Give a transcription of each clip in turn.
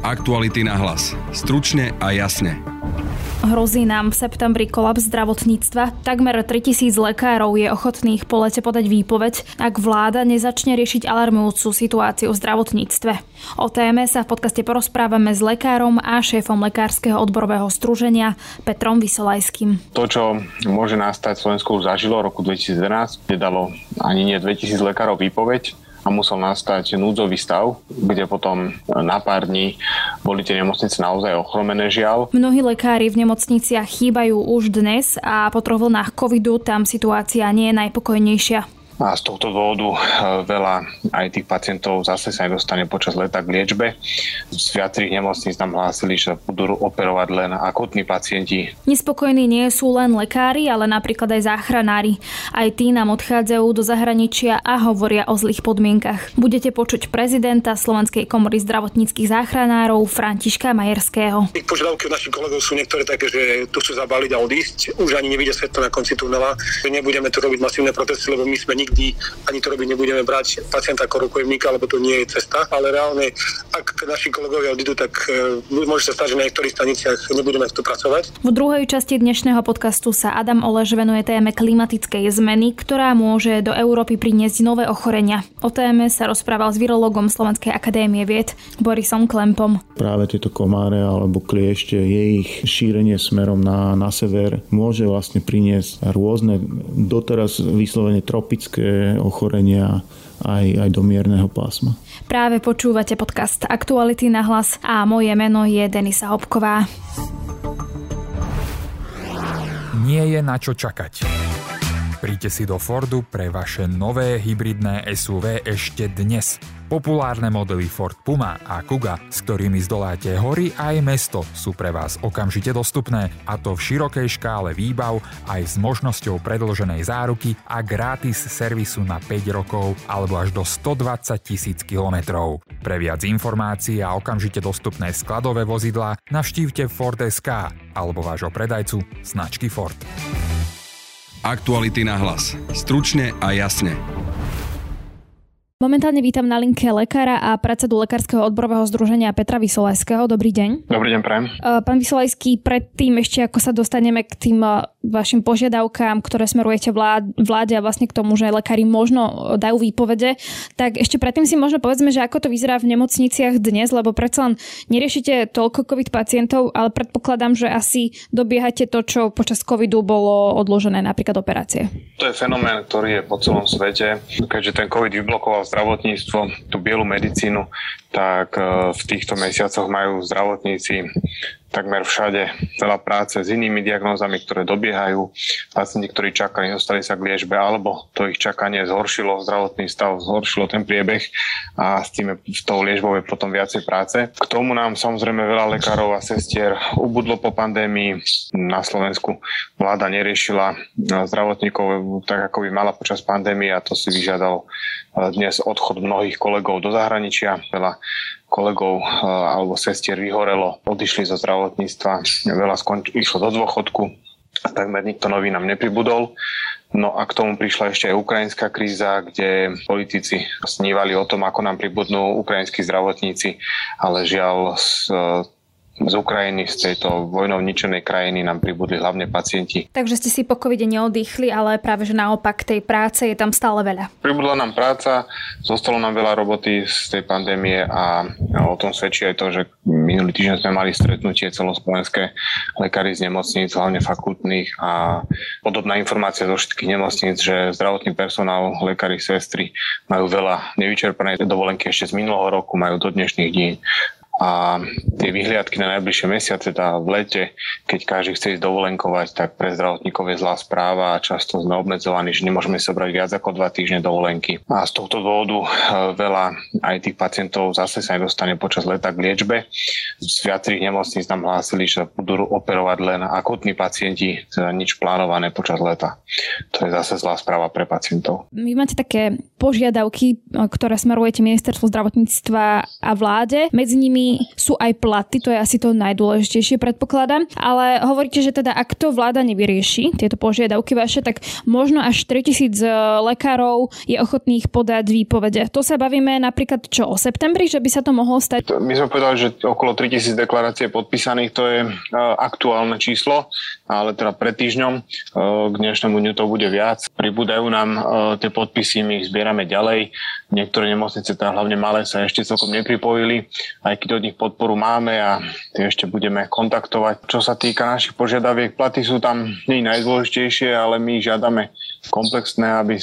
Aktuality na hlas. Stručne a jasne. Hrozí nám v septembri kolaps zdravotníctva. Takmer 3000 lekárov je ochotných po lete podať výpoveď, ak vláda nezačne riešiť alarmujúcu situáciu v zdravotníctve. O téme sa v podcaste porozprávame s lekárom a šéfom lekárskeho odborového združenia Petrom Vysolajským. To, čo môže nastať, Slovensko už zažilo v roku 2011, kde dalo ani nie 2000 lekárov výpoveď a musel nastať núdzový stav, kde potom na pár dní boli tie nemocnice naozaj ochromené, žiaľ. Mnohí lekári v nemocniciach chýbajú už dnes a po 3 vlnách covidu tam situácia nie je najpokojnejšia. A z tohto dôvodu veľa aj tých pacientov zase sa nedostane počas leta k liečbe. Z viacerých nemocníc nám hlásili, že budú operovať len akutní pacienti. Nespokojní nie sú len lekári, ale napríklad aj záchranári. Aj tí nám odchádzajú do zahraničia a hovoria o zlých podmienkach. Budete počuť prezidenta Slovenskej komory zdravotníckych záchranárov Františka Majerského. Požiadavky od našich kolegov sú niektoré také, že tu chcú zabaliť a odísť. Už ani nevidia svetlo na konci tunela. Nebudeme tu robiť masívne protesty, lebo my sme nikdy ani to robiť nebudeme brať pacienta ako rukojemníka, lebo to nie je cesta. Ale reálne, ak naši kolegovia odídu, tak môže sa stať, že na niektorých staniciach nebudeme tu pracovať. V druhej časti dnešného podcastu sa Adam Oleš venuje téme klimatickej zmeny, ktorá môže do Európy priniesť nové ochorenia. O téme sa rozprával s virológom Slovenskej akadémie vied Borisom Klempom. Práve tieto komáre alebo kliešte, je ich šírenie smerom na sever môže vlastne priniesť rôzne doteraz vyslovene tropické ochorenia aj do mierneho pásma. Práve počúvate podcast Aktuality na hlas a moje meno je Denisa Hopková. Nie je na čo čakať. Príďte si do Fordu pre vaše nové hybridné SUV ešte dnes. Populárne modely Ford Puma a Kuga, s ktorými zdoláte hory aj mesto, sú pre vás okamžite dostupné, a to v širokej škále výbav aj s možnosťou predĺženej záruky a gratis servisu na 5 rokov alebo až do 120 000 kilometrov. Pre viac informácií a okamžite dostupné skladové vozidlá navštívte Ford.sk alebo vášho predajcu značky Ford. Aktuality na hlas. Stručne a jasne. Momentálne vítam na linke lekára a predsedu lekárskeho odborového združenia Petra Vysolajského. Dobrý deň. Dobrý deň, prajem. Pán Vysolajský, predtým ešte ako sa dostaneme k tým vašim požiadavkám, ktoré smerujete vláde a vlastne k tomu, že lekári možno dajú výpovede, tak ešte predtým si možno povedzme, že ako to vyzerá v nemocniciach dnes, lebo predsa len neriešite toľko COVID pacientov, ale predpokladám, že asi dobiehate to, čo počas covidu bolo odložené, napríklad operácie. To je fenomén, ktorý je po celom svete. Keďže ten COVID vyblokoval zdravotníctvo, tú bielu medicínu, tak v týchto mesiacoch majú zdravotníci takmer všade veľa práce s inými diagnózami, ktoré dobiehajú. Pacienti, ktorí čakali, dostali sa k liečbe, alebo to ich čakanie zhoršilo zdravotný stav, zhoršilo ten priebeh a s tým v tou liečbou je potom viacej práce. K tomu nám samozrejme veľa lekárov a sestier ubudlo po pandémii. Na Slovensku vláda neriešila zdravotníkov tak, ako by mala počas pandémie, a to si vyžiadal dnes odchod mnohých kolegov do zahraničia. Veľa kolegov alebo sestier vyhorelo, odišli zo zdravotníctva, veľa išlo do dôchodku, takmer nikto nový nám nepribudol. No a k tomu prišla ešte aj ukrajinská kríza, kde politici snívali o tom, ako nám pribudnú ukrajinskí zdravotníci, ale žiaľ z Ukrajiny, z tejto vojnou ničenej krajiny nám pribudli hlavne pacienti. Takže ste si po covide neoddychli, ale práve že naopak tej práce je tam stále veľa. Pribudla nám práca, zostalo nám veľa roboty z tej pandémie a o tom svedčí aj to, že minulý týždeň sme mali stretnutie celoslovenské lekári z nemocníc, hlavne fakultných, a podobná informácia zo všetkých nemocníc, že zdravotný personál, lekári, sestry majú veľa nevyčerpanej dovolenky ešte z minulého roku, majú do dnešných dní. A tie vyhliadky na najbližšie mesiace, teda v lete, keď každý chce ísť dovolenkovať, tak pre zdravotníkov je zlá správa a často sme obmedzovaní, že nemôžeme sobrať viac ako 2 týždne dovolenky. A z tohto dôvodu veľa aj tých pacientov zase sa nedostane počas leta k liečbe. Z viacerých nemocníc nám hlásili, že budú operovať len akutní pacienti, teda nič plánované počas leta. To je zase zlá správa pre pacientov. Vy máte také požiadavky, ktoré smerujete ministerstvu zdravotníctva a vláde. Medzi nimi problémy sú aj platy, to je asi to najdôležitejšie, predpokladám, ale hovoríte, že teda ak to vláda nevyrieši, tieto požiadavky vaše, tak možno až 3000 lekárov je ochotných podať výpovede. To sa bavíme napríklad o septembri, že by sa to mohlo stať? My sme povedali, že okolo 3000 deklarácií podpísaných, to je aktuálne číslo, ale teda pred týždňom, k dnešnému dňu to bude viac. Pribúdajú nám tie podpisy, my ich zbierame ďalej. Niektoré nemocnice, teda hlavne malé, sa ešte celkom nepripojili, aj keď od nich podporu máme a tie ešte budeme kontaktovať. Čo sa týka našich požiadaviek, platy sú tam nie najdôležitejšie, ale my žiadame komplexne, aby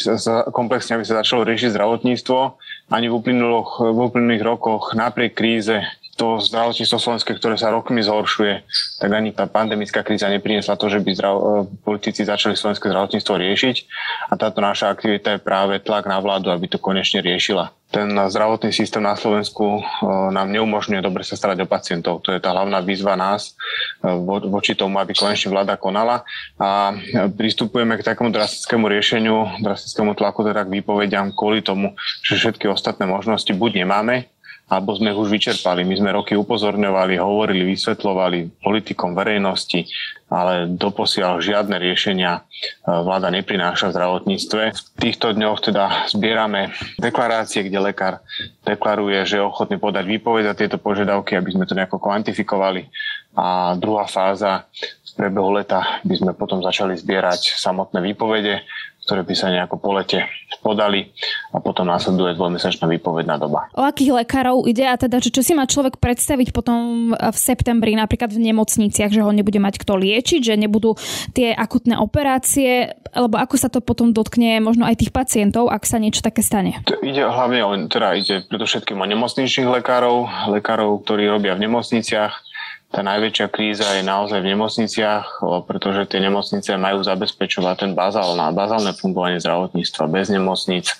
sa začalo riešiť zdravotníctvo. Ani v uplynulých rokoch napriek kríze to zdravotníctvo slovenské, ktoré sa rokmi zhoršuje, tak ani tá pandemická kríza nepriniesla to, že by politici začali slovenské zdravotníctvo riešiť. A táto naša aktivita je práve tlak na vládu, aby to konečne riešila. Ten zdravotný systém na Slovensku nám neumožňuje dobre sa starať o pacientov. To je tá hlavná výzva nás voči tomu, aby konečne vláda konala. A pristupujeme k takému drastickému riešeniu, drastickému tlaku teda k výpovediam kvôli tomu, že všetky ostatné možnosti buď nemáme, alebo sme ich už vyčerpali. My sme roky upozorňovali, hovorili, vysvetľovali politikom, verejnosti, ale doposiaľ žiadne riešenia vláda neprináša v zdravotníctve. V týchto dňoch teda zbierame deklarácie, kde lekár deklaruje, že je ochotný podať výpoveď za tieto požiadavky, aby sme to nejako kvantifikovali. A druhá fáza v priebehu leta by sme potom začali zbierať samotné výpovede, ktoré by sa nejako po lete podali a potom následuje dvojmesačná výpovedná doba. O akých lekárov ide a teda, čo si má človek predstaviť potom v septembri napríklad v nemocniciach, že ho nebude mať kto liečiť, že nebudú tie akutné operácie, alebo ako sa to potom dotkne možno aj tých pacientov, ak sa niečo také stane? Ide hlavne ide predovšetkým o nemocničných lekárov, ktorí robia v nemocniciach. Tá najväčšia kríza je naozaj v nemocniciach, pretože tie nemocnice majú zabezpečovať ten bazálne fungovanie zdravotníctva. Bez nemocnic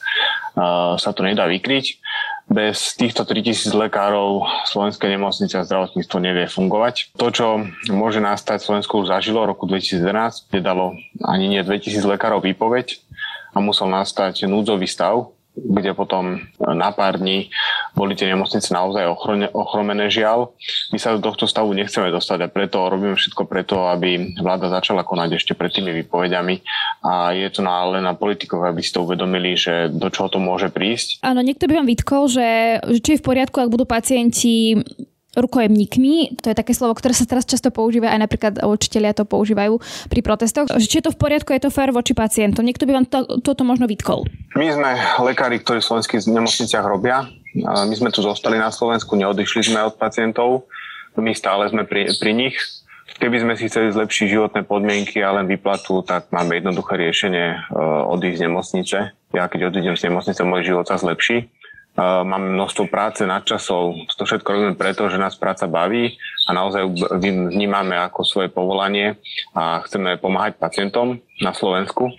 sa to nedá vykryť. Bez týchto 3000 lekárov slovenské nemocnice a zdravotníctvo nevie fungovať. To, čo môže nastať, Slovensko už zažilo v roku 2011, kde dalo ani nie 2000 lekárov výpoveď a musel nastať núdzový stav, kde potom na pár dní boli tie nemocnice naozaj ochromené, žiaľ. My sa do tohto stavu nechceme dostať a preto robíme všetko preto, aby vláda začala konať ešte pred tými výpovediami a je to len na politikoch, aby si to uvedomili, že do čoho to môže prísť. Áno, niekto by vám vytkol, že či je v poriadku, ak budú pacienti rukojemníkmi, to je také slovo, ktoré sa teraz často používa, aj napríklad učitelia to používajú pri protestoch. Či je to v poriadku, je to fér voči pacientom? Niekto by vám toto možno vytkol. My sme lekári, ktorí v slovenských nemocniciach robia. My sme tu zostali na Slovensku, neodišli sme od pacientov. My stále sme pri nich. Keby sme si chceli zlepšiť životné podmienky a len výplatu, tak máme jednoduché riešenie odísť z nemocnice. Ja keď odídem z nemocnice, môj život sa zlepší. Máme množstvo práce, nadčasov. To všetko robíme preto, že nás práca baví a naozaj vnímame ako svoje povolanie a chceme pomáhať pacientom na Slovensku.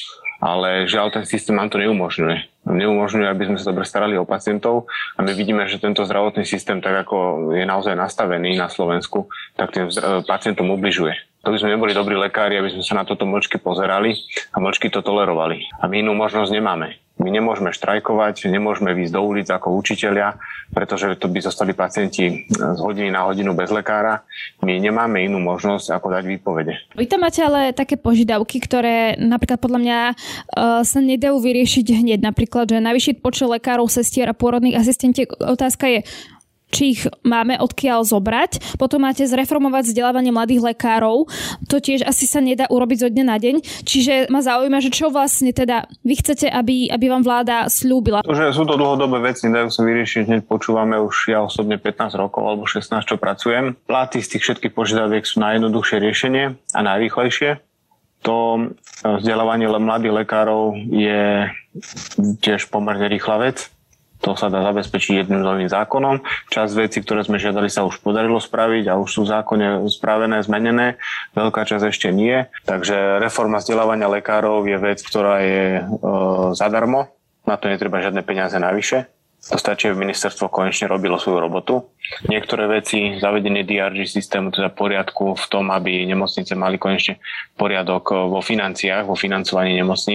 Ale žiaľ, ten systém nám to neumožňuje. Neumožňuje, aby sme sa dobre starali o pacientov a my vidíme, že tento zdravotný systém, tak ako je naozaj nastavený na Slovensku, tak tým pacientom ubližuje. To by sme neboli dobrí lekári, aby sme sa na toto mlčky pozerali a mlčky to tolerovali. A my inú možnosť nemáme. My nemôžeme štrajkovať, nemôžeme výjsť do ulic ako učitelia, pretože to by zostali pacienti z hodiny na hodinu bez lekára. My nemáme inú možnosť, ako dať výpovede. Vy tam máte ale také požiadavky, ktoré napríklad podľa mňa sa nedajú vyriešiť hneď. Napríklad, že navýšiť počet lekárov, sestier a pôrodných asistentiek. Otázka je, či ich máme odkiaľ zobrať. Potom máte zreformovať vzdelávanie mladých lekárov. To tiež asi sa nedá urobiť zo dňa na deň. Čiže ma zaujíma, že čo vlastne teda vy chcete, aby vám vláda sľúbila. Že sú to dlhodobé veci, dajú sa vyriešiť. Hneď počúvame už ja osobne 15 rokov alebo 16, čo pracujem. Platy z tých všetkých požiadaviek sú najjednoduchšie riešenie a najrýchlejšie. To vzdelávanie mladých lekárov je tiež pomerne rýchla vec. To sa dá zabezpečiť jedným novým zákonom. Časť vecí, ktoré sme žiadali, sa už podarilo spraviť a už sú v zákone spravené, zmenené. Veľká časť ešte nie. Takže reforma vzdelávania lekárov je vec, ktorá je zadarmo. Na to netreba žiadne peniaze navyše. To stačí, aby ministerstvo konečne robilo svoju robotu. Niektoré veci, zavedenie DRG systému, teda poriadku v tom, aby nemocnice mali konečne poriadok vo financiách, vo financovaní nemocníc,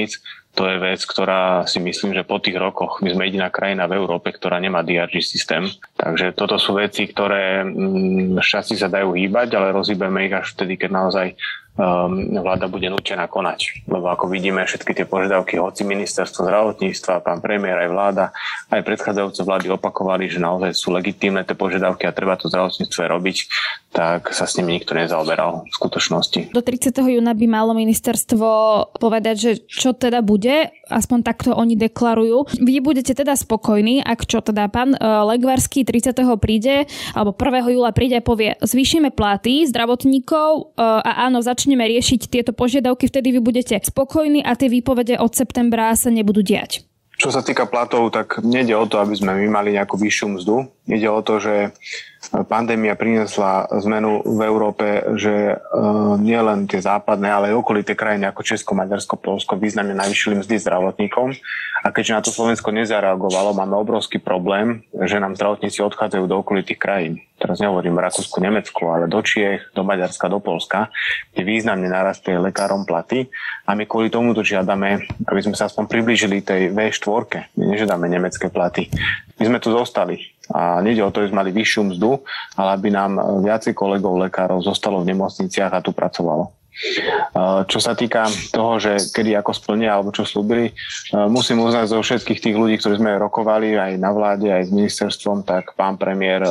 To je vec, ktorá si myslím, že po tých rokoch my sme jediná krajina v Európe, ktorá nemá DRG systém. Takže toto sú veci, ktoré šťastí sa dajú hýbať, ale rozhýbeme ich až vtedy, keď naozaj vláda bude nútená konať. Lebo ako vidíme, všetky tie požiadavky, hoci ministerstvo zdravotníctva, pán premiér, aj vláda, aj predchádzajúce vlády opakovali, že naozaj sú legitímne tie požiadavky a treba to zdravotníctve robiť, tak sa s nimi nikto nezaoberal v skutočnosti. Do 30. júna by malo ministerstvo povedať, že čo teda bude, aspoň takto oni deklarujú. Vy budete teda spokojní, ak čo teda pán Legvarský 30. príde, alebo 1. júla príde a povie, zvýšime platy zdravotníkov a áno, začneme riešiť tieto požiadavky, vtedy vy budete spokojní a tie výpovede od septembra sa nebudú diať. Čo sa týka platov, tak nejde o to, aby sme my mali nejakú vyššiu mzdu. Ide o to, že pandémia priniesla zmenu v Európe, že nie len tie západné, ale aj okolité krajiny ako Česko, Maďarsko, Poľsko významne navýšili mzdy zdravotníkom. A keďže na to Slovensko nezareagovalo, máme obrovský problém, že nám zdravotníci odchádzajú do okolitých krajín. Teraz nehovorím Rakúsku, Nemecku, ale do Čiech, do Maďarska, do Poľska, kde významne narastli lekárom platy. A my kvôli tomuto žiadame, aby sme sa aspoň priblížili tej V4. My nežiadame nemecké platy. My sme tu zostali. A nejde o to, že sme mali vyššiu mzdu, ale aby nám viacej kolegov lekárov zostalo v nemocniciach a tu pracovalo. Čo sa týka toho, že kedy ako splnia alebo čo slúbili, musím uznať zo všetkých tých ľudí, ktorí sme rokovali aj na vláde, aj s ministerstvom, tak pán premiér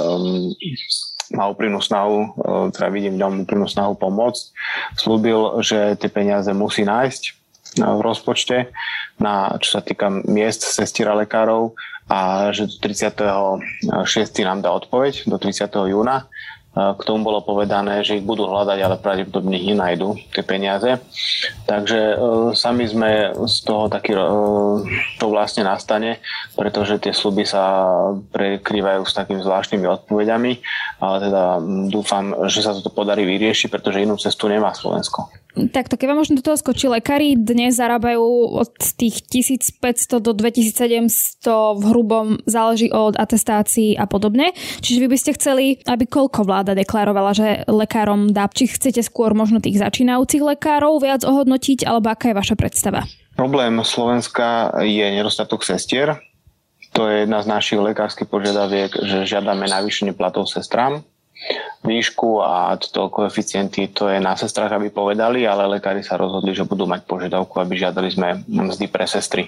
má úprimnú snahu, teda vidím v ňom úprimnú snahu pomôcť. Slúbil, že tie peniaze musí nájsť v rozpočte, čo sa týka miest sestier a lekárov, a že 36. nám dá odpoveď do 30. júna. K tomu bolo povedané, že ich budú hľadať, ale pravdepodobne ich nenajdu tie peniaze. Takže sami sme z toho taký, to vlastne nastane, pretože tie sľuby sa prekrývajú s takými zvláštnymi odpoveďami, ale teda dúfam, že sa to podarí vyriešiť, pretože inú cestu nemá Slovensko. Takto, keď vám možno do toho skočí, lekári dnes zarábajú od tých 1500 do 2700 v hrubom, záleží od atestácií a podobne. Čiže vy by ste chceli, aby koľko vláda deklarovala, že lekárom dá? Či chcete skôr možno tých začínajúcich lekárov viac ohodnotiť, alebo aká je vaša predstava? Problém Slovenska je nedostatok sestier. To je jedna z našich lekárskych požiadaviek, že žiadame navýšenie platov sestrám. Výšku a to koeficienty, to je na sestrách, aby povedali, ale lekári sa rozhodli, že budú mať požiadavku, aby žiadali sme mzdy pre sestry.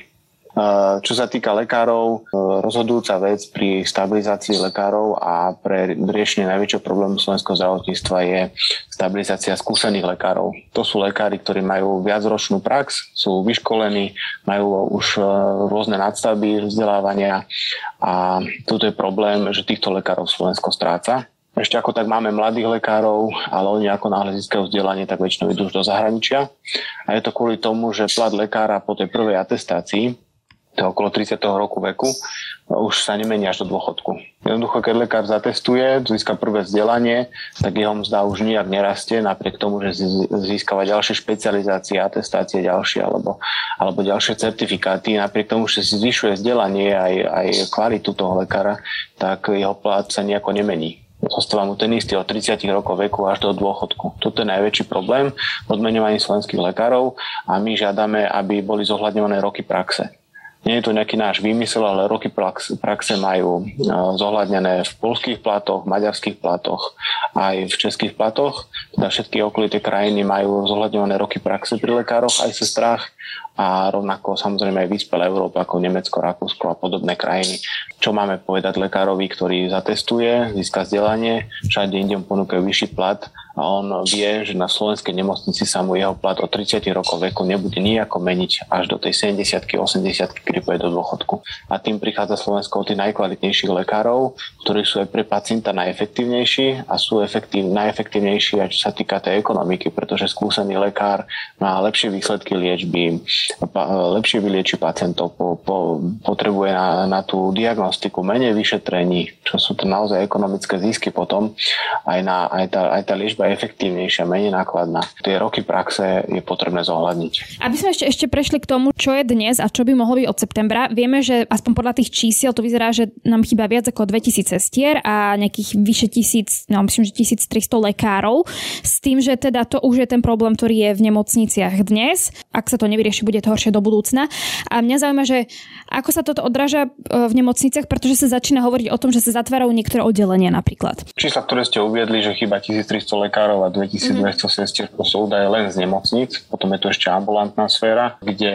Čo sa týka lekárov, rozhodujúca vec pri stabilizácii lekárov a pre riešenie najväčšieho problému slovenského zdravotníctva je stabilizácia skúsených lekárov. To sú lekári, ktorí majú viacročnú prax, sú vyškolení, majú už rôzne nadstavby vzdelávania a toto je problém, že týchto lekárov Slovensko stráca. Ešte ako tak máme mladých lekárov, ale oni ako náhle získajú vzdelanie, tak väčšinou idú už do zahraničia. A je to kvôli tomu, že plat lekára po tej prvej atestácii, to okolo 30. roku veku, už sa nemení až do dôchodku. Jednoducho, keď lekár zatestuje, získa prvé vzdelanie, tak jeho mzda už nijak nerastie, napriek tomu, že získava ďalšie špecializácie, atestácie ďalšie alebo ďalšie certifikáty. Napriek tomu, že si zvyšuje vzdelanie aj kvalitu toho lekára, tak jeho plat sa nejako nemení. Zostáva mu ten istý od 30 rokov veku až do dôchodku. Toto je najväčší problém odmeňovaní slovenských lekárov a my žiadame, aby boli zohľadňované roky praxe. Nie je to nejaký náš výmysel, ale roky praxe majú zohľadnené v poľských platoch, v maďarských platoch, aj v českých platoch. Teda všetky okolité krajiny majú zohľadňované roky praxe pri lekároch aj sestrách a rovnako samozrejme aj vyspelá Európa ako Nemecko, Rakúsko a podobné krajiny. Čo máme povedať lekárovi, ktorý zatestuje, získa vzdelanie, všade inde mu ponúkajú vyšší plat a on vie, že na slovenskej nemocnici sa mu jeho plat od 30 rokov veku nebude nijako meniť až do tej 70-80, kedy pôjde do dôchodku. A tým prichádza Slovensko o tých najkvalitnejších lekárov, ktorí sú aj pre pacienta najefektívnejší a sú najefektívnejší aj čo sa týka tej ekonomiky, pretože skúsený lekár má lepšie výsledky liečby, lepšie vylieči pacientov, potrebuje na tú diagnostiku menej vyšetrení, čo sú to naozaj ekonomické zisky potom. Aj tá liečba liečba efektívnejšia, menej nákladná. Tie roky praxe je potrebné zohľadniť. Aby sme ešte prešli k tomu, čo je dnes a čo by mohlo byť od septembra, vieme, že aspoň podľa tých čísiel to vyzerá, že nám chýba viac ako 2000 sestier a nejakých vyše 1300 lekárov. S tým, že teda to už je ten problém, ktorý je v nemocniciach dnes. Ak sa to nevyrieši, bude to horšie do budúcna. A mňa zaujíma, že ako sa toto odráža v nemocniciach, pretože sa začína hovoriť o tom, že sa zatvárajú niektoré oddelenia napríklad. Čísla, ktoré ste uviedli, že chýba 1300 lekárov a 2200 sestier, to sú údaje len z nemocnic. Potom je tu ešte ambulantná sféra, kde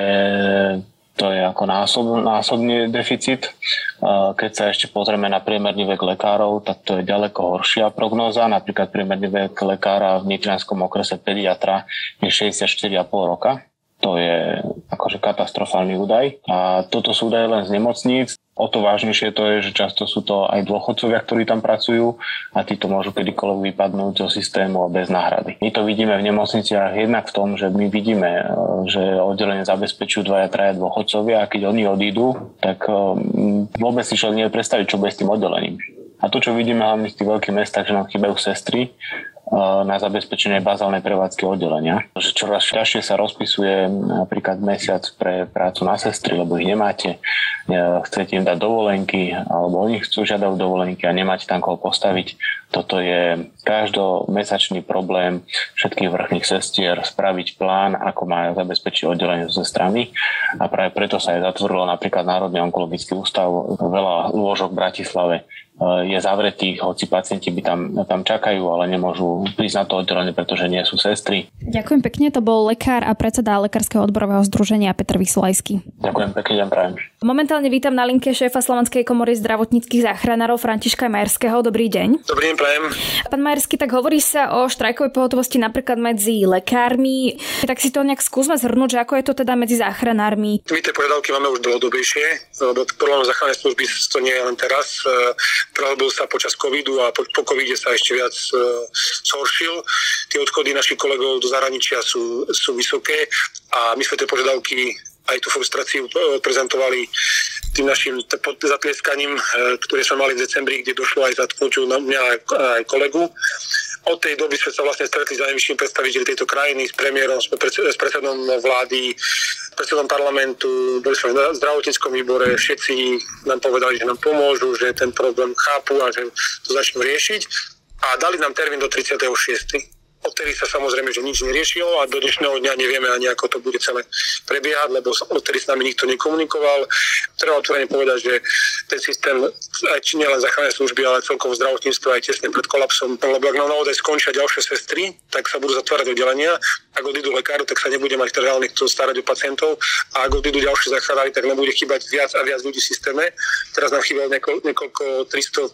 to je ako násobný deficit. Keď sa ešte pozrieme na priemerný vek lekárov, tak to je ďaleko horšia prognóza. Napríklad priemerný vek lekára v nitrianskom okrese pediatra je 64,5 roka. To je akože katastrofálny údaj. A toto sú údaje len z nemocníc. O to vážnejšie to je, že často sú to aj dôchodcovia, ktorí tam pracujú a títo môžu kedykoľvek vypadnúť zo systému bez náhrady. My to vidíme v nemocniciach jednak v tom, že my vidíme, že oddelenie zabezpečujú 2-3 dôchodcovia a keď oni odídu, tak vôbec si človek nevie predstaviť, čo bude s tým oddelením. A to, čo vidíme hlavne v tých veľkých mestách, že nám chýbajú sestry na zabezpečenie bazálnej prevádzky oddelenia. Že čoraz ťažšie sa rozpisuje napríklad mesiac pre prácu na sestry, lebo ich nemáte. Chcete im dať dovolenky, alebo oni chcú žiadať dovolenky a nemáte tam koho postaviť. Toto je každomesačný problém všetkých vrchných sestier spraviť plán, ako má zabezpečiť oddelenie so sestrami. A práve preto sa aj zatvorilo napríklad Národný onkologický ústav. Veľa lôžok v Bratislave je zavretých, hoci pacienti by tam čakajú, ale nemôžu prísť na to oddelenie, pretože nie sú sestry. Ďakujem pekne, to bol lekár a predseda Lekárskeho odborového združenia Peter Vysolajský. Ďakujem pekne, ďakujem prajem. Momentálne vítam na linke šéfa Slovenskej komory zdravotníckych záchranárov Františka Majerského. Dobrý deň. Dobrý deň, prajem. Pán Majerský, tak hovorí sa o štrajkovej pohotovosti napríklad medzi lekármi. Tak si to nejak skúsme zhrnúť, že ako je to teda medzi záchranármi. My tie požiadavky máme už dlhodobejšie, lebo problém záchrannej služby to nie je len teraz. Prehlbil sa počas covidu a po covide sa ešte viac zhoršil. Tie odchody našich kolegov do zahraničia sú vysoké a my sme tie požiadavky aj tú frustráciu prezentovali tým našim zatlieskaním, ktoré sme mali v decembri, kde došlo aj zatknutiu na mňa aj kolegu. Od tej doby sme sa vlastne stretli s najvyšším predstaviteľom tejto krajiny, s premiérom, s predsedom vlády, predsedom parlamentu, boli sme v zdravotníckom výbore, všetci nám povedali, že nám pomôžu, že ten problém chápu a že to začnú riešiť. A dali nám termín do 36. Odtedy sa samozrejme, že nič neriešilo a do dnešného dňa nevieme ani, ako to bude celé prebiehať, lebo odtedy s nami nikto nekomunikoval. Treba otvorene povedať, že ten systém, aj nie len záchranné služby, ale celkovo zdravotníctvo aj tesne pred kolapsom, lebo ak nám naozaj skončia ďalšie sestry, tak sa budú zatvárať oddelenia. Ak odídu lekári, tak sa nebude mať reálne kto starať o pacientov a ak odídu ďalší záchranári, tak nebude chýbať viac a viac ľudí v systéme. Teraz nám chýba niekoľko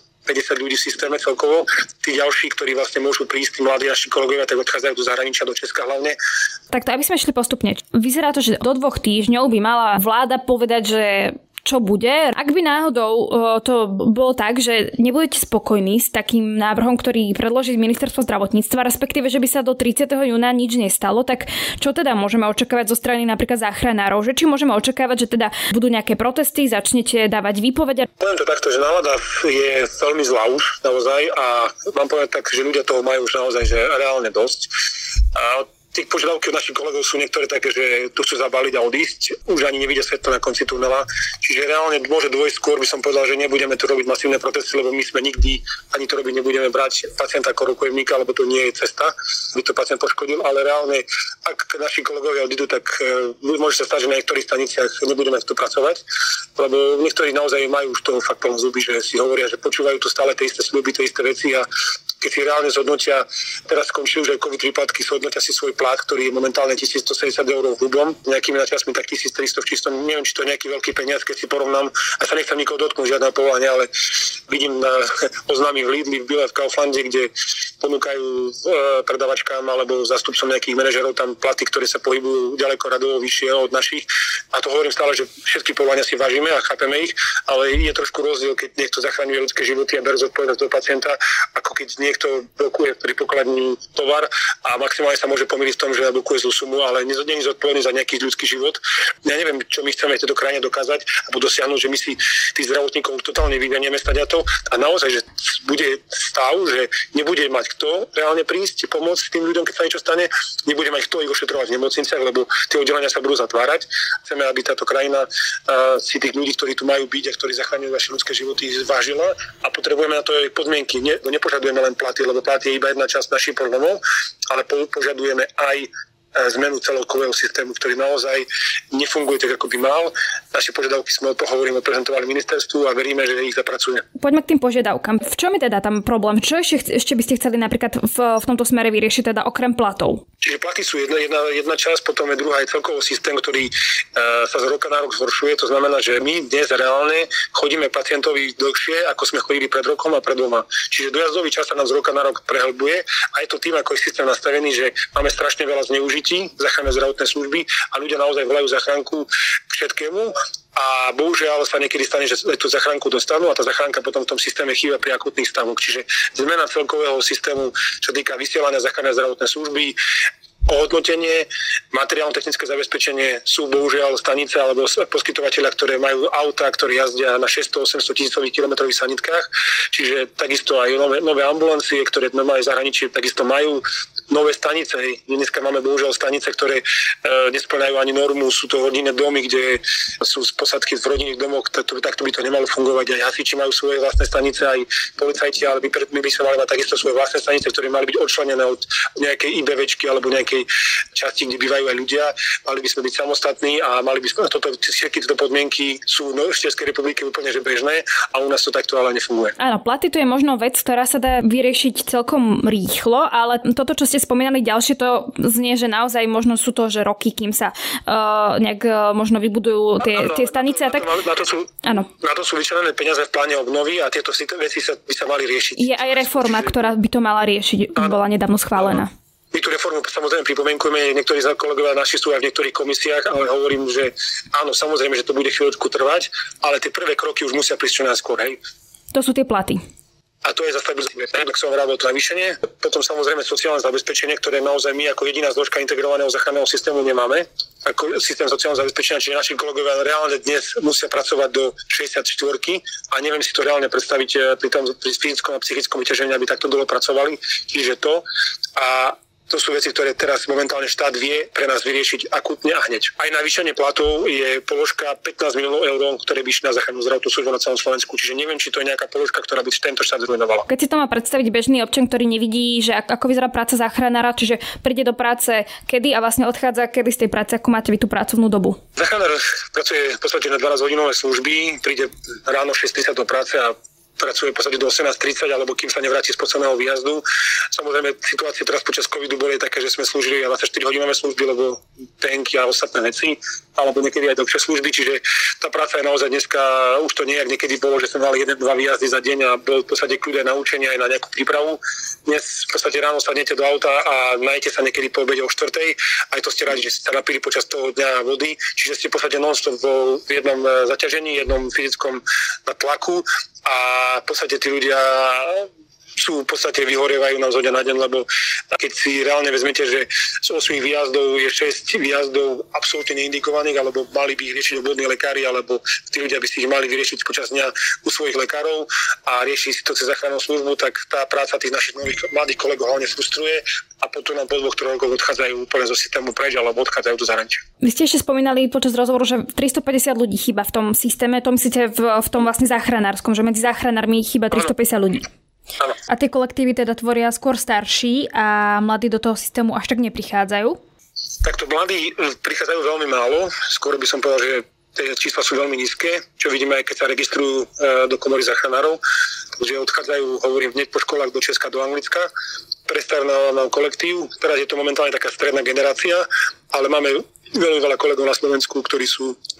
350 ľudí v systéme celkovo. Tí ďalší, ktorí vlastne môžu prísť, tí mladí naši kolegovia, tak odchádzajú do zahraničia, do Česka hlavne. Tak to, aby sme šli postupne. Vyzerá to, že do 2 týždňov by mala vláda povedať, že čo bude. Ak by náhodou to bolo tak, že nebudete spokojní s takým návrhom, ktorý predloží ministerstvo zdravotníctva, respektíve, že by sa do 30. júna nič nestalo, tak čo teda môžeme očakávať zo strany napríklad záchranárov? Že či môžeme očakávať, že teda budú nejaké protesty, začnete dávať výpovede? Poviem to takto, že nálada je veľmi zlá už naozaj a mám povedať tak, že ľudia toho majú už naozaj že reálne dosť. A tých požiadavky od našich kolegov sú niektoré také, že tu chcú zabaliť a odísť. Už ani nevidia svetlo na konci tunela. Čiže reálne môže dôjsť skôr, by som povedal, že nebudeme tu robiť masívne protesty, lebo my sme nikdy ani to robiť nebudeme brať pacienta ako rukojemníka, lebo to nie je cesta, by to pacient poškodil, ale reálne, ak naši kolegovia odídu, tak môže sa stať, že na niektorých staniciach nebudeme tu pracovať, lebo niektorí naozaj majú už toho fakt plno zuby, že si hovoria, že počúvajú tu stále tie isté sľuby, tie isté veci a keď si reálne zhodnotia, teraz skončili už aj COVID prípadky, zhodnotia si svoj plat, ktorý je momentálne 1170 eur hrubom, nejakými načasmi tak 1300 v čistom, neviem, či to je nejaký veľký peniaz, keď si porovnám, a sa nechcem nikoho dotknúť, žiadne povolania, ale vidím na oznámy v Lidli, v Bile, v Kauflande, kde ponúkajú predavačkám alebo zástupcom nejakých manažerov tam platy, ktoré sa pohybujú ďaleko radovo vyššie od našich. A to hovorím stále, že všetky povolania si vážime a chápeme ich, ale je trošku rozdiel, keď niekto zachraňuje ľudské životy a berie zodpovednosť do pacienta, ako keď keď niekto blokuje pri pokladní tovar a maximálne sa môže pomýliť v tom, že blokuje zlú sumu, ale nie je zodpovedný za nejaký ľudský život. Ja neviem, čo my chceme v tejto krajine dokázať alebo dosiahnuť, že my si tých zdravotníkov totálne vyvenieme staďato a naozaj, že bude stav, že nebude mať kto reálne prísť pomôcť tým ľuďom, keď sa niečo stane, nebude mať kto ich ošetrovať v nemocniciach, lebo tie oddelenia sa budú zatvárať. Chceme, aby táto krajina si tých ľudí, ktorí tu majú byť a ktorí zachraňujú naše ľudské životy, zvážila a potrebujeme na to aj podmienky. Nepožadujeme len platy, lebo platy je iba jedna časť našich problémov, ale požadujeme aj zmenu celkového systému, ktorý naozaj nefunguje tak, ako by mal. Naše požiadavky sme prezentovali ministerstvu a veríme, že ich zapracuje. Poďme k tým požiadavkám. V čom je teda tam problém? Čo ešte by ste chceli napríklad v tomto smere vyriešiť, teda okrem platov? Čiže platy sú jedna časť, potom je druhá je celkový systém, ktorý sa z roka na rok zhoršuje. To znamená, že my dnes reálne chodíme pacientovi dlhšie, ako sme chodili pred rokom a pred dvoma. Čiže dojazdový čas sa nám z roka na rok prehlbuje a je to tým, ako je systém nastavený, že máme strašne veľa zneužití záchranné zdravotné služby a ľudia naozaj volajú záchranku k všetkému. A bohužiaľ sa niekedy stane, že tú zachránku dostanú a tá zachránka potom v tom systéme chýba pri akutných stavoch. Čiže zmena celkového systému, čo týka vysielania záchrannej zdravotnej služby, ohodnotenie, materiálno-technické zabezpečenie sú bohužiaľ stanice alebo poskytovateľia, ktoré majú auta, ktoré jazdia na 600-800 tisícových kilometrových sanitkách. Čiže takisto aj nové ambulancie, ktoré normálne v zahraničí takisto majú nové stanice. Dneska máme bohužiaľ stanice, ktoré nesplňajú ani normu. Sú to rodinné domy, kde sú posadky v rodinných domoch. Takto by to nemalo fungovať. Aj hasiči majú svoje vlastné stanice, aj policajti, ale my by sme mali mať takisto svoje vlastné stanice, ktoré mali byť odčlenené od nejakej IBVčky alebo nejakej časti, kde bývajú aj ľudia. Mali by sme byť samostatní a mali by sme všetky tieto podmienky sú v Českej republike úplne že bežné a u nás to takto ale nefunguje. Áno, platy to je možno vec, ktorá sa dá vyriešiť celkom rýchlo, ale toto, čo ste spomínali ďalšie, to znie, že naozaj možno sú to, že roky, kým sa nejak možno vybudujú tie stanice. Na to sú vyčlenené peniaze v pláne obnovy a tieto veci by sa mali riešiť. Je aj reforma, ktorá by to mala riešiť, bola nedávno schválená. My tú reformu samozrejme pripomienkujeme, niektorí kolegovia naši sú aj v niektorých komisiách, ale hovorím, že áno, samozrejme, že to bude chvíľočku trvať, ale tie prvé kroky už musia prísť čo najskôr, hej. To sú tie platy. A to je za stabilizáciu, tak som hovoril, to navýšenie. Potom samozrejme sociálne zabezpečenie, ktoré naozaj my ako jediná zložka integrovaného záchranného systému nemáme. Ako systém sociálneho zabezpečenia, čiže naši kolegovia reálne dnes musia pracovať do 64 a neviem si to reálne predstaviť pri fyzickom a psychickom vyťažení, aby takto dlho pracovali. Čiže to. A to sú veci, ktoré teraz momentálne štát vie pre nás vyriešiť akútne a hneď. Aj navýšenie platov je položka 15 miliónov eur, ktoré by išli na záchrannú zdravotnú službu na celom Slovensku. Čiže neviem, či to je nejaká položka, ktorá by tento štát zrujnovala. Keď si to má predstaviť bežný občan, ktorý nevidí, že ako vyzerá práca záchranára, čiže príde do práce kedy a vlastne odchádza kedy z tej práce, ako máte vy tú pracovnú dobu? Záchranár pracuje v podstate na 12-hodinové služby, príde ráno 6:30 do práce a pracuje v podstate do 18:30 alebo kým sa nevráti z posledného výjazdu. Samozrejme, situácie teraz počas covidu boli také, že sme slúžili 24-hodinové služby, lebo tenky a ostatné veci, alebo niekedy aj dlhšie služby, čiže tá práca je naozaj dneska, už to nie, jak niekedy bolo, že sme mali 1-2 výjazdy za deň a bol v podstate kľud aj na učenie, aj na nejakú prípravu. Dnes v podstate ráno sadnete do auta a najete sa niekedy po obede o 4:00, aj to ste radi, že ste sa napili počas toho dňa vody, čiže ste v podstate non-stop v jednom zaťažení, jednom fyzickom tlaku a v podstate tí ľudia sú v podstate vyhorievajú nám zo dňa na deň, lebo keď si reálne vezmete, že z 8 výjazdov je 6 výjazdov absolútne neindikovaných, alebo mali by ich riešiť obvodní lekári, alebo tí ľudia by si ich mali vyriešiť počas dňa u svojich lekárov a riešiť si to cez záchrannú službu, tak tá práca tých našich nových mladých kolegov hlavne frustruje a potom nám po 2-3 rokoch odchádzajú úplne zo systému preč, alebo odchádzajú do zahraničia. Vy ste ešte spomínali počas rozhovoru, že 350 ľudí chýba v tom systéme, to myslíte v tom vlastne záchranárskom, že medzi záchranármi chýba 350 ľudí. Áno. A tie kolektívy teda tvoria skôr starší a mladí do toho systému až tak neprichádzajú? Takto mladí prichádzajú veľmi málo. Skôr by som povedal, že tie čísla sú veľmi nízke, čo vidíme aj keď sa registrujú do komory záchranárov. Takže odchádzajú, hovorím, hneď po školách do Česka, do Anglicka. Prestarnal nám kolektív. Teraz je to momentálne taká stredná generácia, ale máme veľmi veľa kolegov na Slovensku, ktorí sú už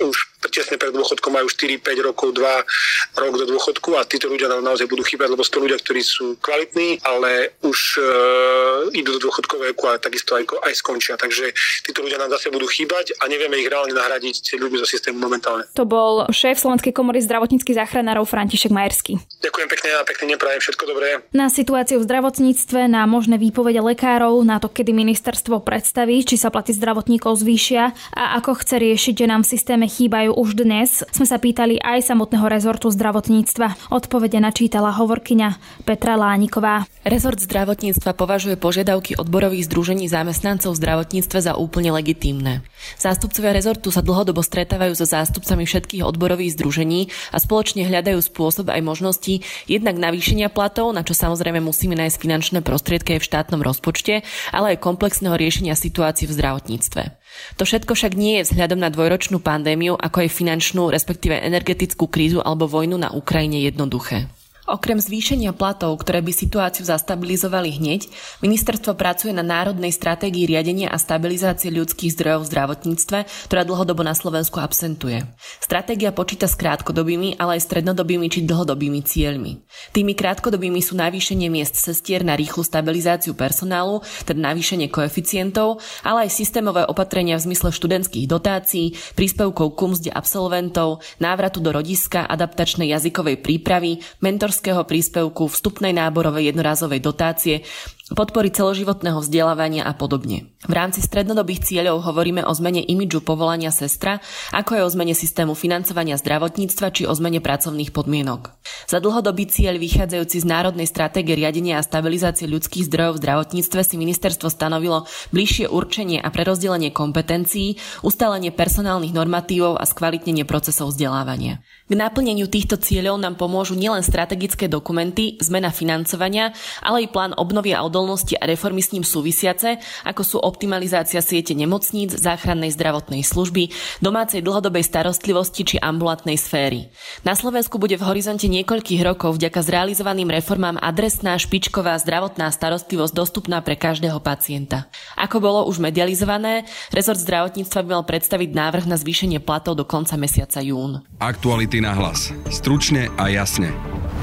tesne pred dôchodkom majú 4-5 rokov, 2 rok do dôchodku a títo ľudia nám naozaj budú chýbať, lebo sú to ľudia, ktorí sú kvalitní, ale už idú do dôchodkového veku a takisto aj skončia. Takže títo ľudia nám zase budú chýbať a nevieme ich reálne nahradiť tie ľudí zo systému momentálne. To bol šéf Slovenskej komory zdravotníckych záchranárov František Majerský. Ďakujem pekne a pekne neprajem, všetko dobré. Na situáciu v zdravotníctve, na možné výpovede lekárov, na to, kedy ministerstvo predstaví, či sa platy zdravotníkov zvýšia a ako chce riešiť, že nám v systéme chýbajú už dnes, sme sa pýtali aj samotného rezortu zdravotníctva. Odpovede načítala hovorkyňa Petra Lániková. Rezort zdravotníctva považuje požiadavky odborových združení zamestnancov v zdravotníctve za úplne legitímne. Zástupcovia rezortu sa dlhodobo stretávajú so zástupcami všetkých odborových združení a spoločne hľadajú spôsob aj možnosti jednak navýšenia platov, na čo samozrejme musíme nájsť finančné prostriedky aj v štátnom rozpočte, ale aj komplexného riešenia situácií v zdravotníctve. To všetko však nie je vzhľadom na dvojročnú pandémiu, ako aj finančnú, respektíve energetickú krízu alebo vojnu na Ukrajine jednoduché. Okrem zvýšenia platov, ktoré by situáciu zastabilizovali hneď, ministerstvo pracuje na národnej stratégii riadenia a stabilizácie ľudských zdrojov v zdravotníctve, ktorá dlhodobo na Slovensku absentuje. Stratégia počíta s krátkodobými, ale aj strednodobými či dlhodobými cieľmi. Tými krátkodobými sú navýšenie miest sestier na rýchlu stabilizáciu personálu, teda navýšenie koeficientov, ale aj systémové opatrenia v zmysle študentských dotácií, príspevkov ku mzde absolventov, návratu do rodiska, adaptačnej jazykovej prípravy, mentorského príspevku, vstupnej náborovej jednorázovej dotácie, podpory celoživotného vzdelávania a podobne. V rámci strednodobých cieľov hovoríme o zmene imidžu povolania sestra, ako aj o zmene systému financovania zdravotníctva či o zmene pracovných podmienok. Za dlhodobý cieľ vychádzajúci z národnej stratégie riadenia a stabilizácie ľudských zdrojov v zdravotníctve si ministerstvo stanovilo bližšie určenie a prerozdelenie kompetencií, ustálenie personálnych normatívov a skvalitnenie procesov vzdelávania. K naplneniu týchto cieľov nám pomôžu nielen strategické dokumenty, zmena financovania, ale aj plán obnovy a odolnosti a reformy s ním súvisiace, ako sú optimalizácia siete nemocníc, záchrannej zdravotnej služby, domácej dlhodobej starostlivosti či ambulantnej sféry. Na Slovensku bude v horizonte niekoľkých rokov vďaka zrealizovaným reformám adresná, špičková zdravotná starostlivosť dostupná pre každého pacienta. Ako bolo už medializované, rezort zdravotníctva by mal predstaviť návrh na zvýšenie platov do konca mesiaca jún. Aktuality na hlas. Stručne a jasne.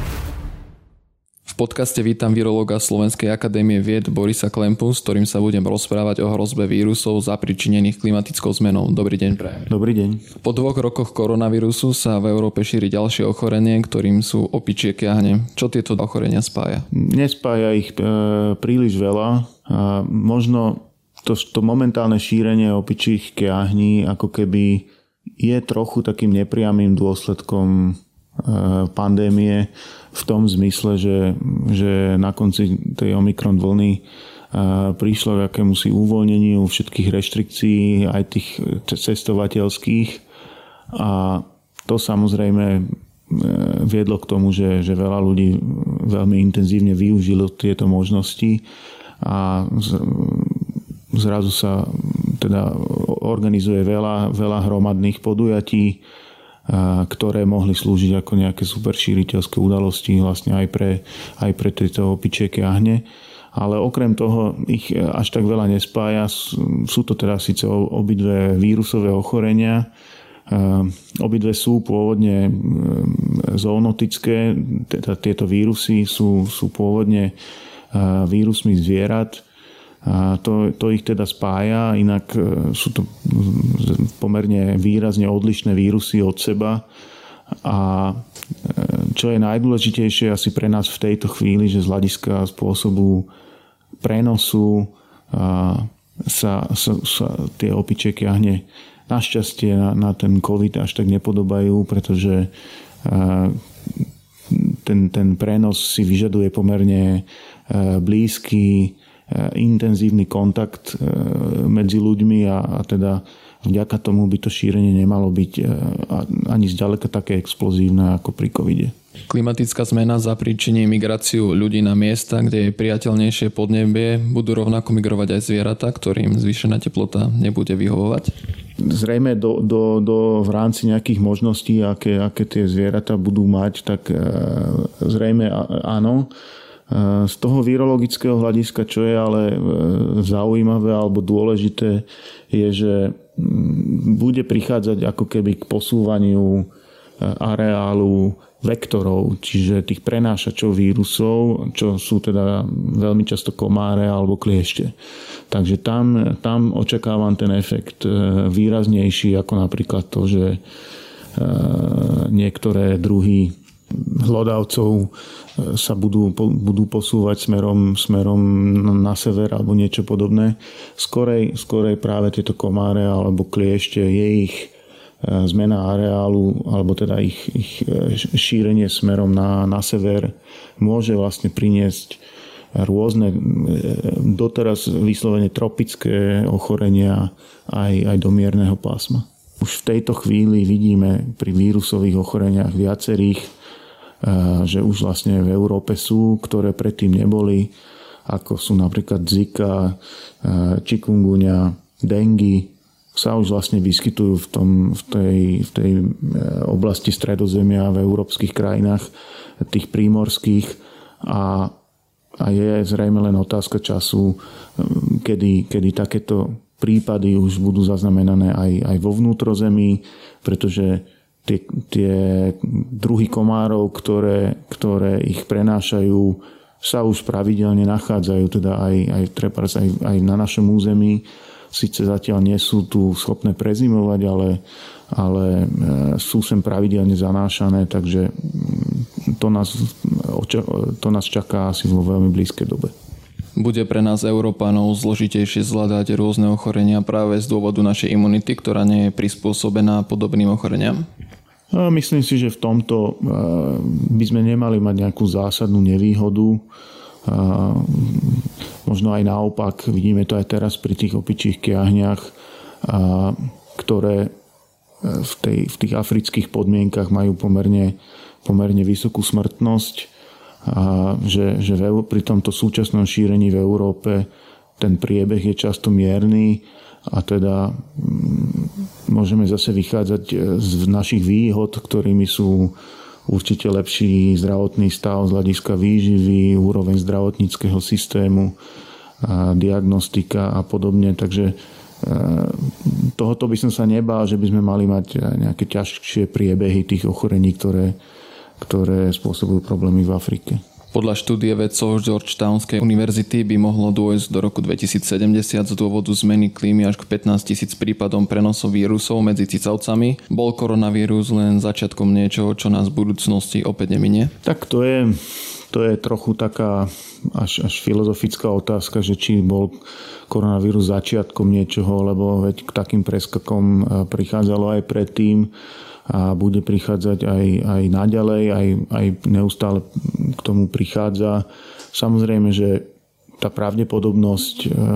V podcaste vítam virológa Slovenskej akadémie vied Borisa Klempu, s ktorým sa budem rozprávať o hrozbe vírusov zapričinených klimatickou zmenou. Dobrý deň, prajem. Dobrý deň. Po 2 rokoch koronavírusu sa v Európe šíri ďalšie ochorenie, ktorým sú opičie kiahne. Čo tieto ochorenia spája? Nespája ich príliš veľa. A možno to momentálne šírenie opičích kiahní ako keby je trochu takým nepriamým dôsledkom pandémie v tom zmysle, že na konci tej Omikron vlny prišlo k akémusi uvoľneniu všetkých reštrikcií, aj tých cestovateľských, a to samozrejme viedlo k tomu, že veľa ľudí veľmi intenzívne využilo tieto možnosti a zrazu sa teda organizuje veľa hromadných podujatí, ktoré mohli slúžiť ako nejaké super šíriteľské udalosti vlastne aj pre tieto opičie kiahne. Ale okrem toho ich až tak veľa nespája. Sú to teda síce obidve vírusové ochorenia. Obidve sú pôvodne zoonotické. Teda tieto vírusy sú pôvodne vírusmi zvierat. A to ich teda spája, inak sú to pomerne výrazne odlišné vírusy od seba. A čo je najdôležitejšie asi pre nás v tejto chvíli, že z hľadiska spôsobu prenosu sa tie opičie kiahne našťastie na ten COVID až tak nepodobajú, pretože ten prenos si vyžaduje pomerne blízky, intenzívny kontakt medzi ľuďmi a teda vďaka tomu by to šírenie nemalo byť ani zďaleka také explozívne ako pri covide. Klimatická zmena zapríčiní migráciu ľudí na miesta, kde je priateľnejšie podnebie. Budú rovnako migrovať aj zvieratá, ktorým zvýšená teplota nebude vyhovovať? Zrejme v rámci nejakých možností, aké tie zvieratá budú mať, tak zrejme áno. Z toho virologického hľadiska, čo je ale zaujímavé alebo dôležité, je, že bude prichádzať ako keby k posúvaniu areálu vektorov, čiže tých prenášačov vírusov, čo sú teda veľmi často komáre alebo kliešte. Takže tam očakávam ten efekt výraznejší, ako napríklad to, že niektoré druhy hlodavcov sa budú posúvať smerom na sever alebo niečo podobné. Skorej práve tieto komáre alebo kliešte, je ich zmena areálu alebo teda ich šírenie smerom na sever môže vlastne priniesť rôzne doteraz vyslovene tropické ochorenia aj do mierneho pásma. Už v tejto chvíli vidíme pri vírusových ochoreniach viacerých, že už vlastne v Európe sú, ktoré predtým neboli, ako sú napríklad Zika, chikungunya, dengue, sa už vlastne vyskytujú v tej oblasti Stredozemia v európskych krajinách, tých prímorských, a je zrejme len otázka času, kedy takéto prípady už budú zaznamenané aj vo vnútrozemí, pretože tie druhy komárov, ktoré ich prenášajú, sa už pravidelne nachádzajú teda aj na našom území. Síce zatiaľ nie sú tu schopné prezimovať, ale sú sem pravidelne zanášané, takže to nás čaká asi vo veľmi blízkej dobe. Bude pre nás Európanov zložitejšie zvládať rôzne ochorenia práve z dôvodu našej imunity, ktorá nie je prispôsobená podobným ochoreniam? Myslím si, že v tomto by sme nemali mať nejakú zásadnú nevýhodu. Možno aj naopak, vidíme to aj teraz pri tých opičích kiahniach, ktoré v tých afrických podmienkach majú pomerne vysokú smrtnosť, a že pri tomto súčasnom šírení v Európe ten priebeh je často mierny, a teda môžeme zase vychádzať z našich výhod, ktorými sú určite lepší zdravotný stav z hľadiska výživy, úroveň zdravotníckeho systému, diagnostika a podobne. Takže tohoto by som sa nebál, že by sme mali mať nejaké ťažšie priebehy tých ochorení, ktoré spôsobujú problémy v Afrike. Podľa štúdie vedcov Georgetownskej univerzity by mohlo dôjsť do roku 2070 z dôvodu zmeny klímy až k 15 000 prípadom prenosov vírusov medzi cicavcami. Bol koronavírus len začiatkom niečoho, čo nás v budúcnosti opäť neminie? Tak to je trochu taká až filozofická otázka, že či bol koronavírus začiatkom niečoho, lebo veď k takým preskakom prichádzalo aj predtým a bude prichádzať aj naďalej, aj neustále k tomu prichádza. Samozrejme, že tá pravdepodobnosť,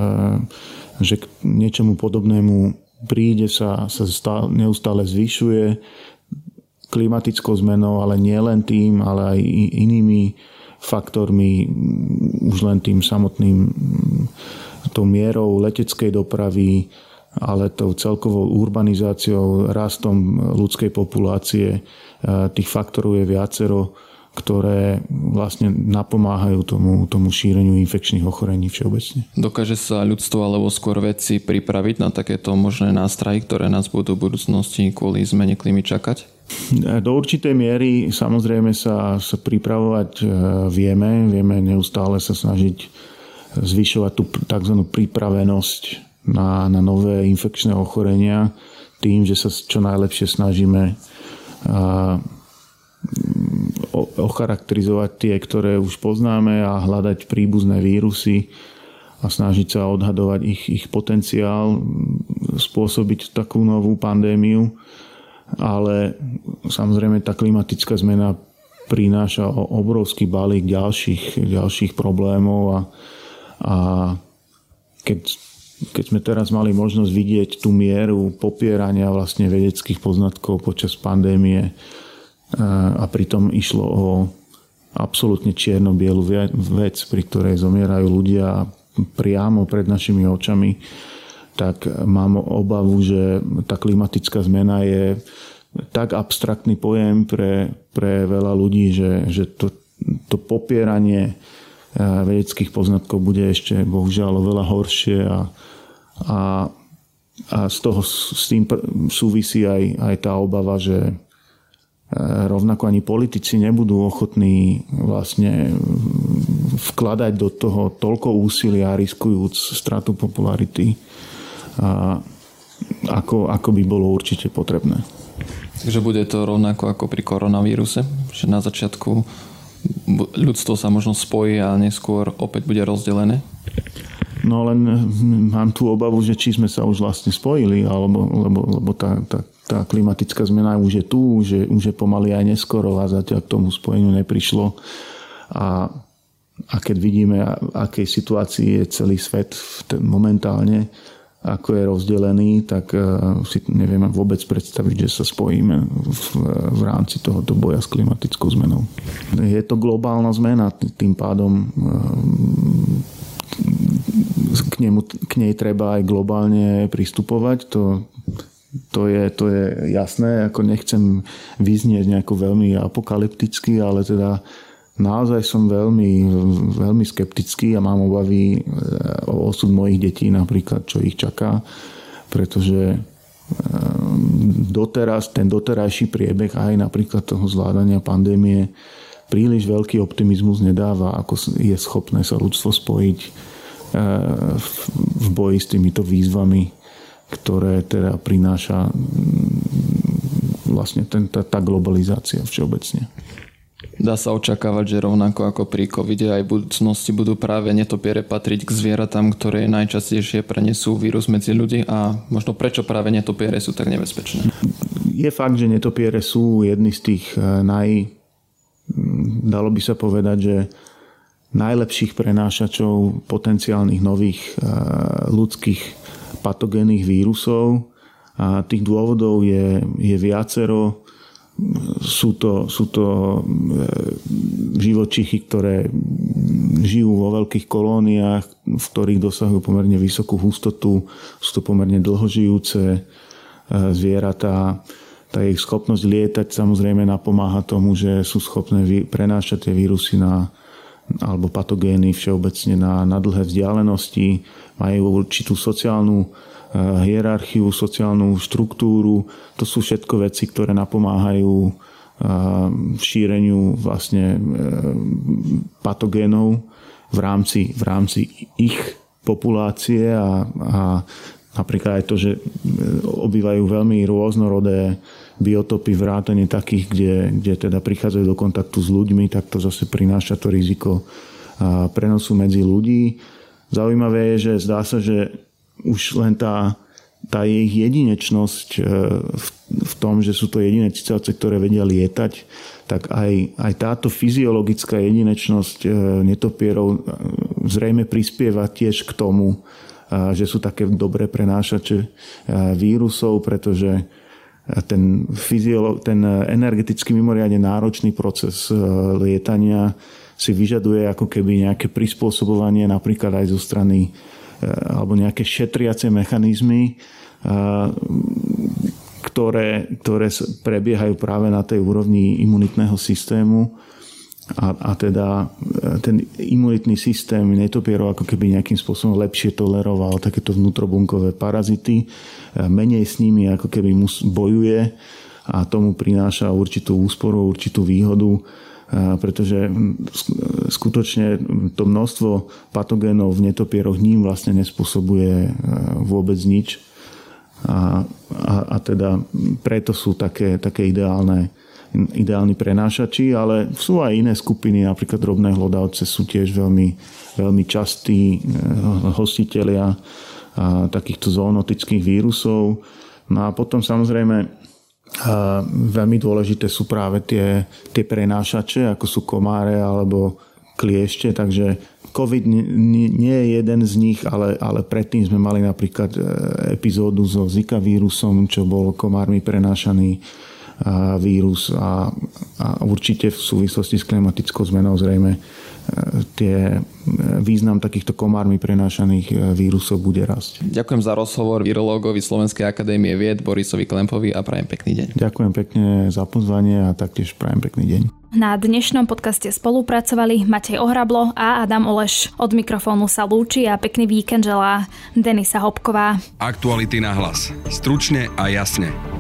že k niečomu podobnému príde, sa neustále zvyšuje klimatickou zmenou, ale nie len tým, ale aj inými faktormi, už len tým samotným tou mierou leteckej dopravy, ale tou celkovou urbanizáciou, rastom ľudskej populácie. Tých faktorov je viacero, ktoré vlastne napomáhajú tomu šíreniu infekčných ochorení všeobecne. Dokáže sa ľudstvo alebo skôr vedci pripraviť na takéto možné nástrahy, ktoré nás budú v budúcnosti kvôli zmene klímy čakať? Do určitej miery samozrejme sa pripravovať vieme neustále sa snažiť zvyšovať tú tzv. Pripravenosť na nové infekčné ochorenia tým, že sa čo najlepšie snažíme ocharakterizovať tie, ktoré už poznáme, a hľadať príbuzné vírusy a snažiť sa odhadovať ich potenciál spôsobiť takú novú pandémiu. Ale samozrejme tá klimatická zmena prináša obrovský balík ďalších problémov a keď sme teraz mali možnosť vidieť tú mieru popierania vlastne vedeckých poznatkov počas pandémie a pritom išlo o absolútne čierno-bielu vec, pri ktorej zomierajú ľudia priamo pred našimi očami, tak mám obavu, že tá klimatická zmena je tak abstraktný pojem pre veľa ľudí, že to popieranie vedeckých poznatkov bude ešte bohužiaľ oveľa horšie a s tým súvisí aj tá obava, že rovnako ani politici nebudú ochotní vlastne vkladať do toho toľko úsilia, riskujúc stratu popularity, ako by bolo určite potrebné. Takže bude to rovnako ako pri koronavíruse, že na začiatku ľudstvo sa možno spojí a neskôr opäť bude rozdelené? No len mám tú obavu, že či sme sa už vlastne spojili, lebo tá klimatická zmena už je tu, už je pomaly aj neskoro a zatiaľ k tomu spojeniu neprišlo. A keď vidíme, akej situácii je celý svet momentálne, ako je rozdelený, tak si neviem vôbec predstaviť, že sa spojíme v rámci tohoto boja s klimatickou zmenou. Je to globálna zmena, tým pádom k nej treba aj globálne pristupovať. To je jasné, ako nechcem vyznieť nejako veľmi apokalypticky, ale teda naozaj som veľmi skeptický a mám obavy o osud mojich detí napríklad, čo ich čaká, pretože ten doterajší priebeh aj napríklad toho zvládania pandémie príliš veľký optimizmus nedáva, ako je schopné sa ľudstvo spojiť v boji s týmito výzvami, ktoré teda prináša vlastne tá globalizácia všeobecne. Dá sa očakávať, že rovnako ako pri covide aj v budúcnosti budú práve netopiere patriť k zvieratám, ktoré najčastejšie prenesú vírus medzi ľudí, a možno prečo práve netopiere sú tak nebezpečné? Je fakt, že netopiere sú jedni z tých dalo by sa povedať, že najlepších prenášačov potenciálnych nových ľudských patogénnych vírusov. A tých dôvodov je viacero. Sú to živočichy, ktoré žijú vo veľkých kolóniách, v ktorých dosahujú pomerne vysokú hustotu. Sú to pomerne dlhožijúce zvieratá. Tá ich schopnosť lietať samozrejme napomáha tomu, že sú schopné prenášať tie vírusy alebo patogény všeobecne na dlhé vzdialenosti. Majú určitú sociálnu hierarchiu, sociálnu štruktúru. To sú všetko veci, ktoré napomáhajú šíreniu vlastne patogénov v rámci ich populácie a napríklad aj to, že obývajú veľmi rôznorodé biotopy, vrátane takých, kde teda prichádzajú do kontaktu s ľuďmi, tak to zase prináša to riziko prenosu medzi ľudí. Zaujímavé je, že zdá sa, že už len tá ich jedinečnosť v tom, že sú to jediné cicavce, ktoré vedia lietať, tak aj táto fyziologická jedinečnosť netopierov zrejme prispieva tiež k tomu, že sú také dobré prenášače vírusov, pretože ten energeticky mimoriadne náročný proces lietania si vyžaduje ako keby nejaké prispôsobovanie napríklad aj zo strany alebo nejaké šetriace mechanizmy, ktoré prebiehajú práve na tej úrovni imunitného systému. A teda ten imunitný systém netopierov ako keby nejakým spôsobom lepšie toleroval takéto vnútrobunkové parazity. Menej s nimi ako keby bojuje a tomu prináša určitú úsporu, určitú výhodu, pretože skutočne to množstvo patogénov v netopieroch ním vlastne nespôsobuje vôbec nič. A teda preto sú také ideálni prenášači, ale sú aj iné skupiny, napríklad drobné hlodavce sú tiež veľmi, veľmi častí hostitelia takýchto zoonotických vírusov. No a potom samozrejme veľmi dôležité sú práve tie prenášače, ako sú komáre alebo kliešte, takže COVID nie je jeden z nich, ale predtým sme mali napríklad epizódu so Zika vírusom, čo bol komármi prenášaný vírus a určite v súvislosti s klimatickou zmenou zrejme význam takýchto komármi prenášaných vírusov bude rásť. Ďakujem za rozhovor virológovi Slovenskej akadémie vied Borisovi Klempovi a prajem pekný deň. Ďakujem pekne za pozvanie a taktiež prajem pekný deň. Na dnešnom podcaste spolupracovali Matej Ohrablo a Adam Oleš. Od mikrofónu sa lúči a pekný víkend želá Denisa Hopková. Aktuality na hlas. Stručne a jasne.